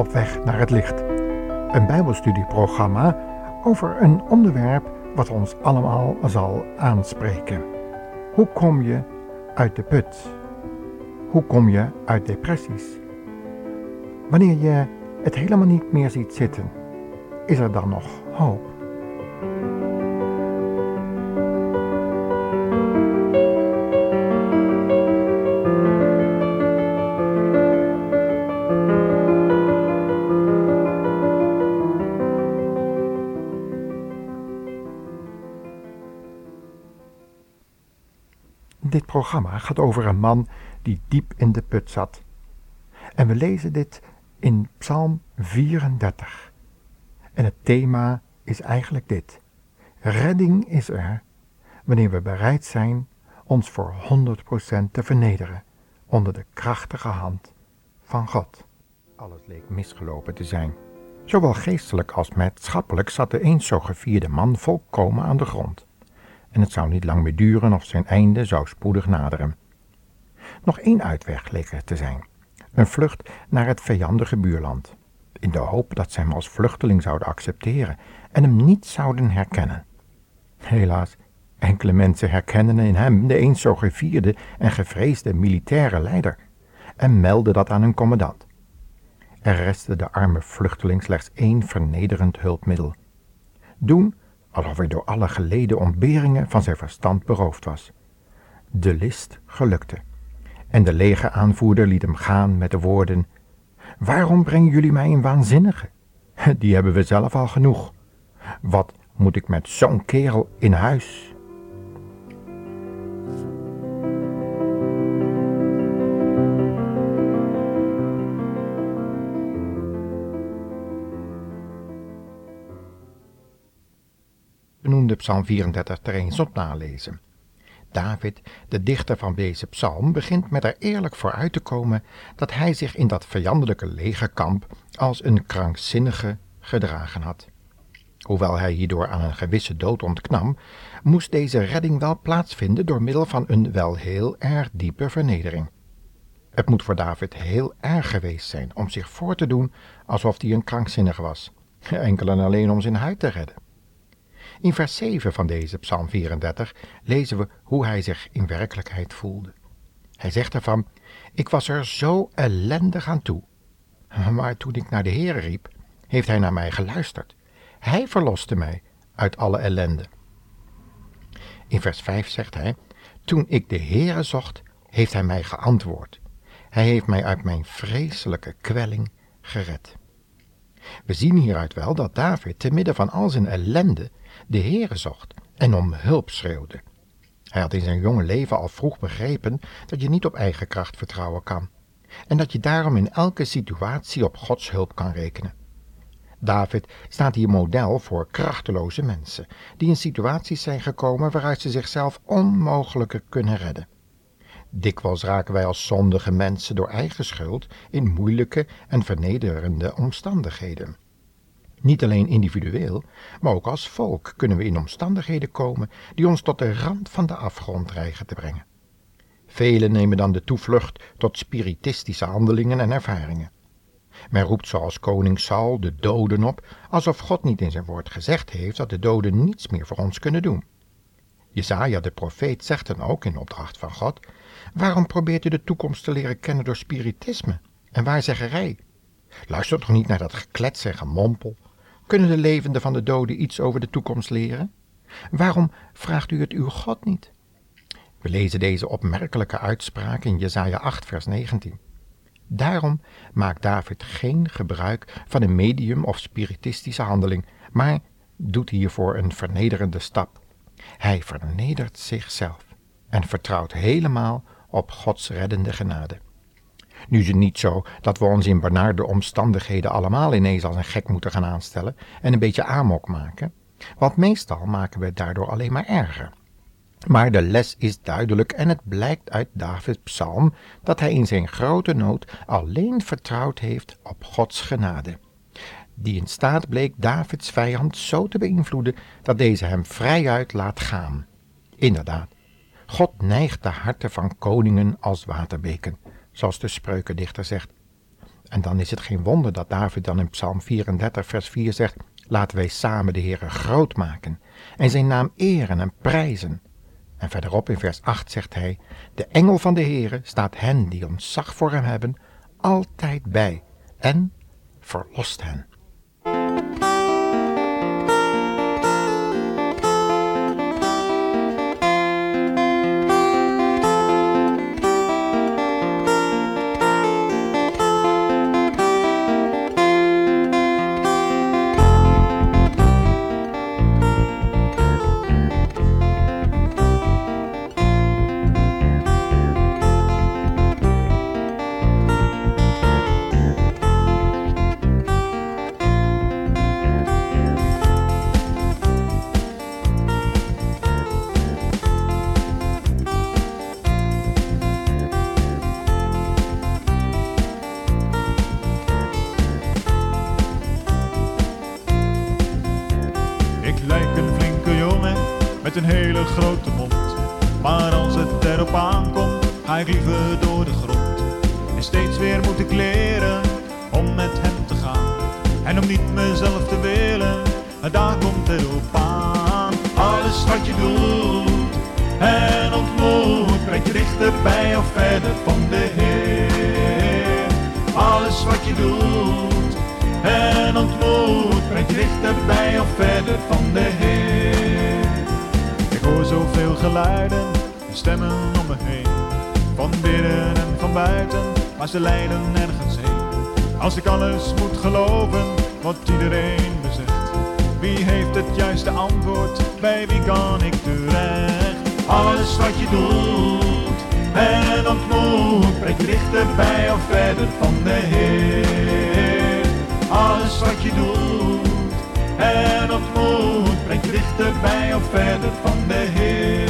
Op weg naar het licht. Een bijbelstudieprogramma over een onderwerp wat ons allemaal zal aanspreken. Hoe kom je uit de put? Hoe kom je uit depressies? Wanneer je het helemaal niet meer ziet zitten, is er dan nog hoop? Dit programma gaat over een man die diep in de put zat. En we lezen dit in Psalm 34. En het thema is eigenlijk dit. Redding is er wanneer we bereid zijn ons voor 100% te vernederen onder de krachtige hand van God. Alles leek misgelopen te zijn. Zowel geestelijk als maatschappelijk zat de eens zo gevierde man volkomen aan de grond. En het zou niet lang meer duren of zijn einde zou spoedig naderen. Nog één uitweg leek er te zijn. Een vlucht naar het vijandige buurland. In de hoop dat ze hem als vluchteling zouden accepteren en hem niet zouden herkennen. Helaas, enkele mensen herkennen in hem de eens zo gevierde en gevreesde militaire leider en melden dat aan hun commandant. Er restte de arme vluchteling slechts één vernederend hulpmiddel. Doen alsof hij door alle geleden ontberingen van zijn verstand beroofd was. De list gelukte. En de legeraanvoerder liet hem gaan met de woorden: waarom brengen jullie mij een waanzinnige? Die hebben we zelf al genoeg. Wat moet ik met zo'n kerel in huis? We noemden Psalm 34 er eens op nalezen. David, de dichter van deze psalm, begint met er eerlijk voor uit te komen dat hij zich in dat vijandelijke legerkamp als een krankzinnige gedragen had. Hoewel hij hierdoor aan een gewisse dood ontkwam, moest deze redding wel plaatsvinden door middel van een wel heel erg diepe vernedering. Het moet voor David heel erg geweest zijn om zich voor te doen alsof hij een krankzinnige was, enkel en alleen om zijn huid te redden. In vers 7 van deze Psalm 34 lezen we hoe hij zich in werkelijkheid voelde. Hij zegt ervan: ik was er zo ellendig aan toe. Maar toen ik naar de Heere riep, heeft hij naar mij geluisterd. Hij verloste mij uit alle ellende. In vers 5 zegt hij: toen ik de Heere zocht, heeft hij mij geantwoord. Hij heeft mij uit mijn vreselijke kwelling gered. We zien hieruit wel dat David te midden van al zijn ellende de Heere zocht en om hulp schreeuwde. Hij had in zijn jonge leven al vroeg begrepen dat je niet op eigen kracht vertrouwen kan en dat je daarom in elke situatie op Gods hulp kan rekenen. David staat hier model voor krachteloze mensen die in situaties zijn gekomen waaruit ze zichzelf onmogelijk kunnen redden. Dikwijls raken wij als zondige mensen door eigen schuld in moeilijke en vernederende omstandigheden. Niet alleen individueel, maar ook als volk kunnen we in omstandigheden komen die ons tot de rand van de afgrond dreigen te brengen. Velen nemen dan de toevlucht tot spiritistische handelingen en ervaringen. Men roept zoals koning Saul de doden op, alsof God niet in zijn woord gezegd heeft dat de doden niets meer voor ons kunnen doen. Jesaja de profeet zegt dan ook in opdracht van God: waarom probeert u de toekomst te leren kennen door spiritisme en waarzeggerij? Luister toch niet naar dat geklets en gemompel. Kunnen de levenden van de doden iets over de toekomst leren? Waarom vraagt u het uw God niet? We lezen deze opmerkelijke uitspraak in Jesaja 8 vers 19. Daarom maakt David geen gebruik van een medium of spiritistische handeling, maar doet hiervoor een vernederende stap. Hij vernedert zichzelf en vertrouwt helemaal op Gods reddende genade. Nu is het niet zo dat we ons in benarde omstandigheden allemaal ineens als een gek moeten gaan aanstellen en een beetje amok maken, want meestal maken we het daardoor alleen maar erger. Maar de les is duidelijk en het blijkt uit Davids psalm dat hij in zijn grote nood alleen vertrouwd heeft op Gods genade, die in staat bleek Davids vijand zo te beïnvloeden dat deze hem vrijuit laat gaan. Inderdaad, God neigt de harten van koningen als waterbeken, zoals de spreukendichter zegt. En dan is het geen wonder dat David dan in Psalm 34 vers 4 zegt: laten wij samen de Heere groot maken en zijn naam eren en prijzen. En verderop in vers 8 zegt hij: de engel van de Heere staat hen die ontzag voor hem hebben altijd bij en verlost hen. Met een hele grote mond, maar als het erop aankomt, ga ik liever door de grond. En steeds weer moet ik leren om met hem te gaan en om niet mezelf te willen, daar komt het op aan. Alles wat je doet en ontmoet, brengt je dichterbij of verder van de Heer. Alles wat je doet en ontmoet, brengt je dichterbij of verder van de Heer. Ik hoor zoveel geluiden en stemmen om me heen, van binnen en van buiten, maar ze leiden nergens heen. Als ik alles moet geloven wat iedereen me zegt, wie heeft het juiste antwoord, bij wie kan ik terecht? Alles wat je doet en ontmoet, brengt je dichterbij of verder van de Heer. Alles wat je doet en ontmoet, brengt je dichterbij of verder van de Heer.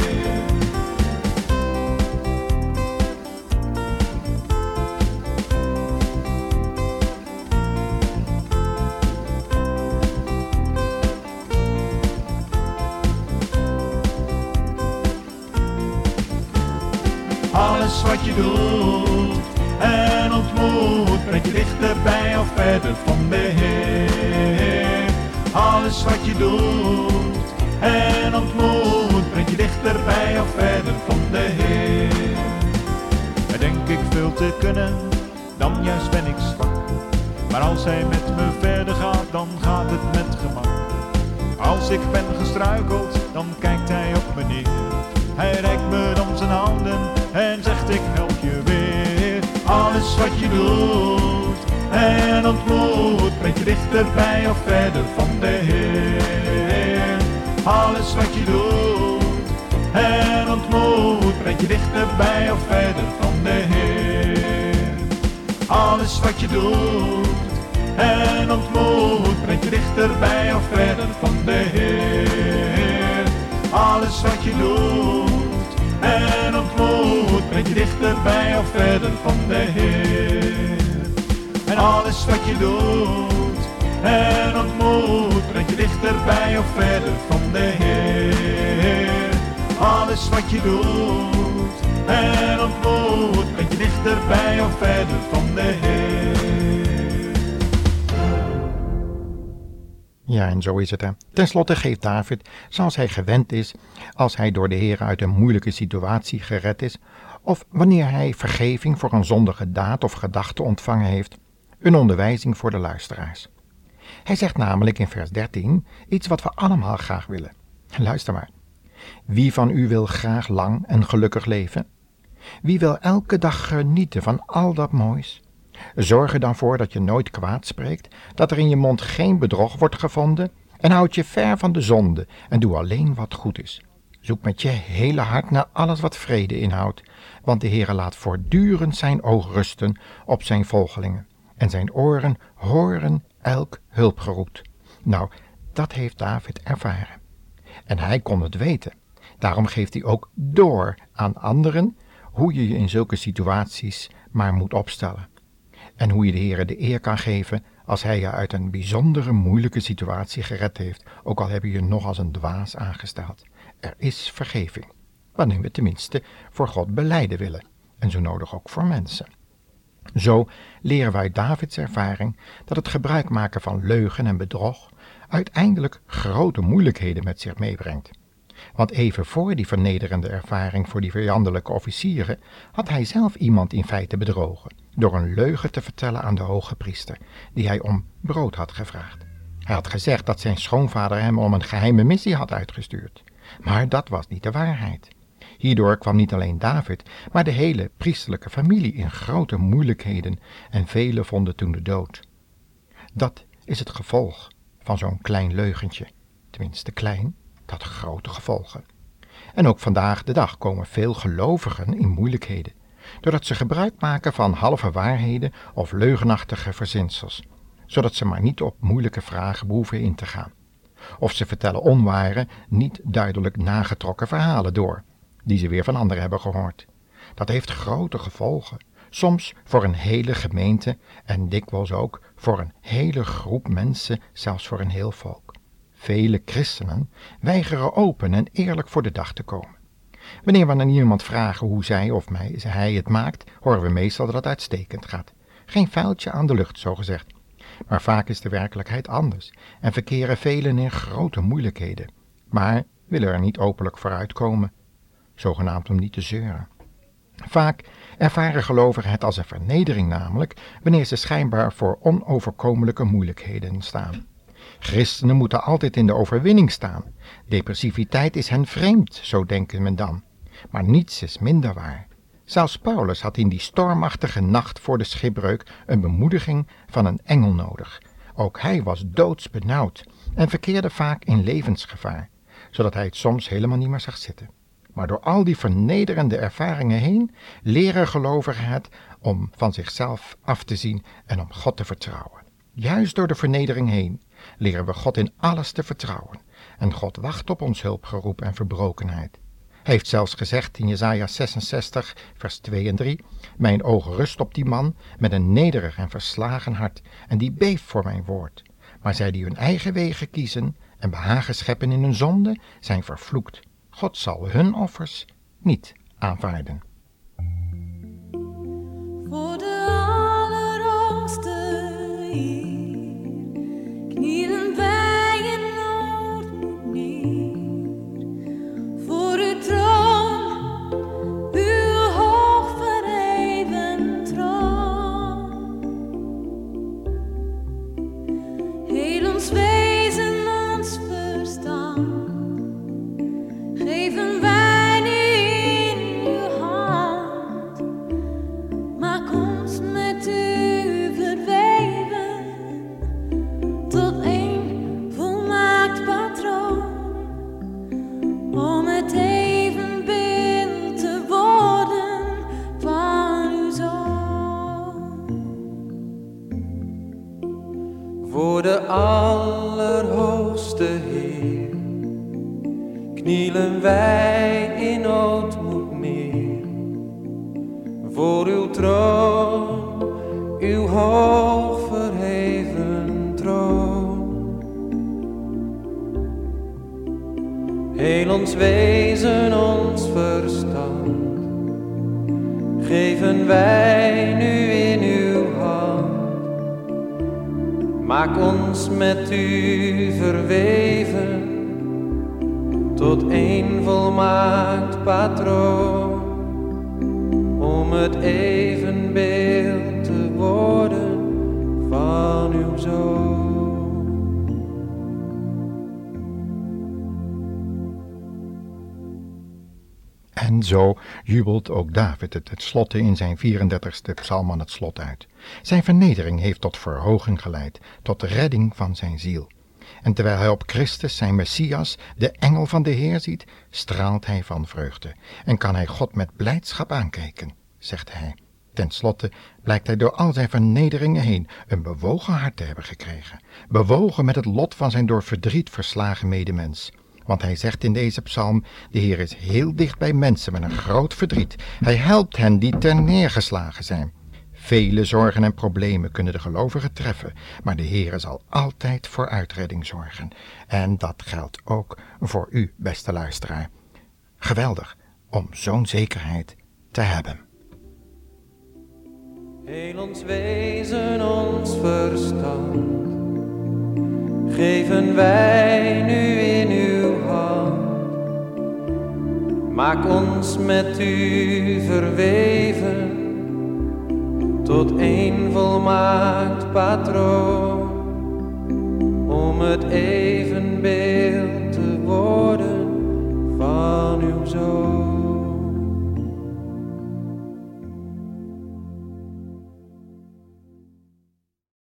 Alles wat je doet en ontmoet, brengt je dichterbij of verder van de Heer. Alles wat je doet en ontmoet, brengt je dichterbij of verder van de Heer. En denk ik veel te kunnen, dan juist ben ik zwak. Maar als hij met me verder gaat, dan gaat het met gemak. Als ik ben gestruikeld, dan kijkt hij op me neer. Hij reikt me dan zijn handen en zegt: ik help je weer. Alles wat je doet en ontmoet, brengt je dichterbij of verder van de Heer. Alles wat je doet en ontmoet, brengt je dichterbij of verder van de Heer. Alles wat je doet en ontmoet, brengt je dichterbij of verder van de Heer. Alles wat je doet en ontmoet, brengt je dichterbij of verder van de Heer. En alles wat je doet en ontmoet, brengt je dichterbij of verder van de Heer. Alles wat je doet en ontmoet, brengt je dichterbij of verder van de Heer. Ja, en zo is het, hè. Ten slotte geeft David, zoals hij gewend is, als hij door de Heer uit een moeilijke situatie gered is, of wanneer hij vergeving voor een zondige daad of gedachte ontvangen heeft, een onderwijzing voor de luisteraars. Hij zegt namelijk in vers 13 iets wat we allemaal graag willen. Luister maar. Wie van u wil graag lang en gelukkig leven? Wie wil elke dag genieten van al dat moois? Zorg er dan voor dat je nooit kwaad spreekt, dat er in je mond geen bedrog wordt gevonden, en houd je ver van de zonde en doe alleen wat goed is. Zoek met je hele hart naar alles wat vrede inhoudt, want de Heere laat voortdurend zijn oog rusten op zijn volgelingen, en zijn oren horen elk hulpgeroep. Nou, dat heeft David ervaren. En hij kon het weten. Daarom geeft hij ook door aan anderen hoe je je in zulke situaties maar moet opstellen. En hoe je de Heere de eer kan geven als hij je uit een bijzondere moeilijke situatie gered heeft, ook al heb je je nog als een dwaas aangesteld. Er is vergeving, wanneer we tenminste voor God belijden willen, en zo nodig ook voor mensen. Zo leren wij uit Davids ervaring dat het gebruik maken van leugen en bedrog uiteindelijk grote moeilijkheden met zich meebrengt. Want even voor die vernederende ervaring voor die vijandelijke officieren had hij zelf iemand in feite bedrogen door een leugen te vertellen aan de hoge priester die hij om brood had gevraagd. Hij had gezegd dat zijn schoonvader hem om een geheime missie had uitgestuurd. Maar dat was niet de waarheid. Hierdoor kwam niet alleen David, maar de hele priesterlijke familie in grote moeilijkheden en velen vonden toen de dood. Dat is het gevolg van zo'n klein leugentje. Tenminste klein, dat had grote gevolgen. En ook vandaag de dag komen veel gelovigen in moeilijkheden, doordat ze gebruik maken van halve waarheden of leugenachtige verzinsels, zodat ze maar niet op moeilijke vragen behoeven in te gaan. Of ze vertellen onware, niet duidelijk nagetrokken verhalen door, die ze weer van anderen hebben gehoord. Dat heeft grote gevolgen, soms voor een hele gemeente en dikwijls ook voor een hele groep mensen, zelfs voor een heel volk. Vele christenen weigeren open en eerlijk voor de dag te komen. Wanneer we aan iemand vragen hoe zij of hij het maakt, horen we meestal dat het uitstekend gaat. Geen vuiltje aan de lucht, zogezegd. Maar vaak is de werkelijkheid anders en verkeren velen in grote moeilijkheden, maar willen er niet openlijk vooruitkomen, zogenaamd om niet te zeuren. Vaak ervaren gelovigen het als een vernedering namelijk, wanneer ze schijnbaar voor onoverkomelijke moeilijkheden staan. Christenen moeten altijd in de overwinning staan. Depressiviteit is hen vreemd, zo denken men dan. Maar niets is minder waar. Zelfs Paulus had in die stormachtige nacht voor de schipbreuk een bemoediging van een engel nodig. Ook hij was doodsbenauwd en verkeerde vaak in levensgevaar, zodat hij het soms helemaal niet meer zag zitten. Maar door al die vernederende ervaringen heen leren gelovigen het om van zichzelf af te zien en om God te vertrouwen. Juist door de vernedering heen leren we God in alles te vertrouwen. En God wacht op ons hulpgeroep en verbrokenheid. Hij heeft zelfs gezegd in Jesaja 66, vers 2 en 3... Mijn oog rust op die man met een nederig en verslagen hart, en die beeft voor mijn woord. Maar zij die hun eigen wegen kiezen en behagen scheppen in hun zonde, zijn vervloekt. God zal hun offers niet aanvaarden. Voor de Allerhoogste Heer knielen wij in nood neer. Voor uw troon, uw hoog verheven troon. Heel ons wezen, ons verstand, geven wij nu in uw hand. Maak ons met u verweven tot één volmaakt patroon, om het evenbeeld te worden van uw Zoon. Voor de Allerhoogste Heer knielen wij in ootmoed neer. Voor uw troon, uw hoog verheven troon. Heel ons wezen, ons verstand, geven wij nu in uw hand. Maak ons met u verweven tot één volmaakt patroon, om het evenbeeld te worden van uw Zoon. En zo jubelt ook David het tenslotte in zijn 34e psalm aan het slot uit. Zijn vernedering heeft tot verhoging geleid, tot de redding van zijn ziel. En terwijl hij op Christus, zijn Messias, de engel van de Heer ziet, straalt hij van vreugde en kan hij God met blijdschap aankijken, zegt hij. Ten slotte blijkt hij door al zijn vernederingen heen een bewogen hart te hebben gekregen, bewogen met het lot van zijn door verdriet verslagen medemens. Want hij zegt in deze psalm, de Heer is heel dicht bij mensen met een groot verdriet. Hij helpt hen die terneergeslagen zijn. Vele zorgen en problemen kunnen de gelovigen treffen, maar de Heer zal altijd voor uitredding zorgen. En dat geldt ook voor u, beste luisteraar. Geweldig om zo'n zekerheid te hebben. Heel ons wezen, ons verstand, geven wij nu in uw hand. Maak ons met u verweven, tot één volmaakt patroon, om het evenbeeld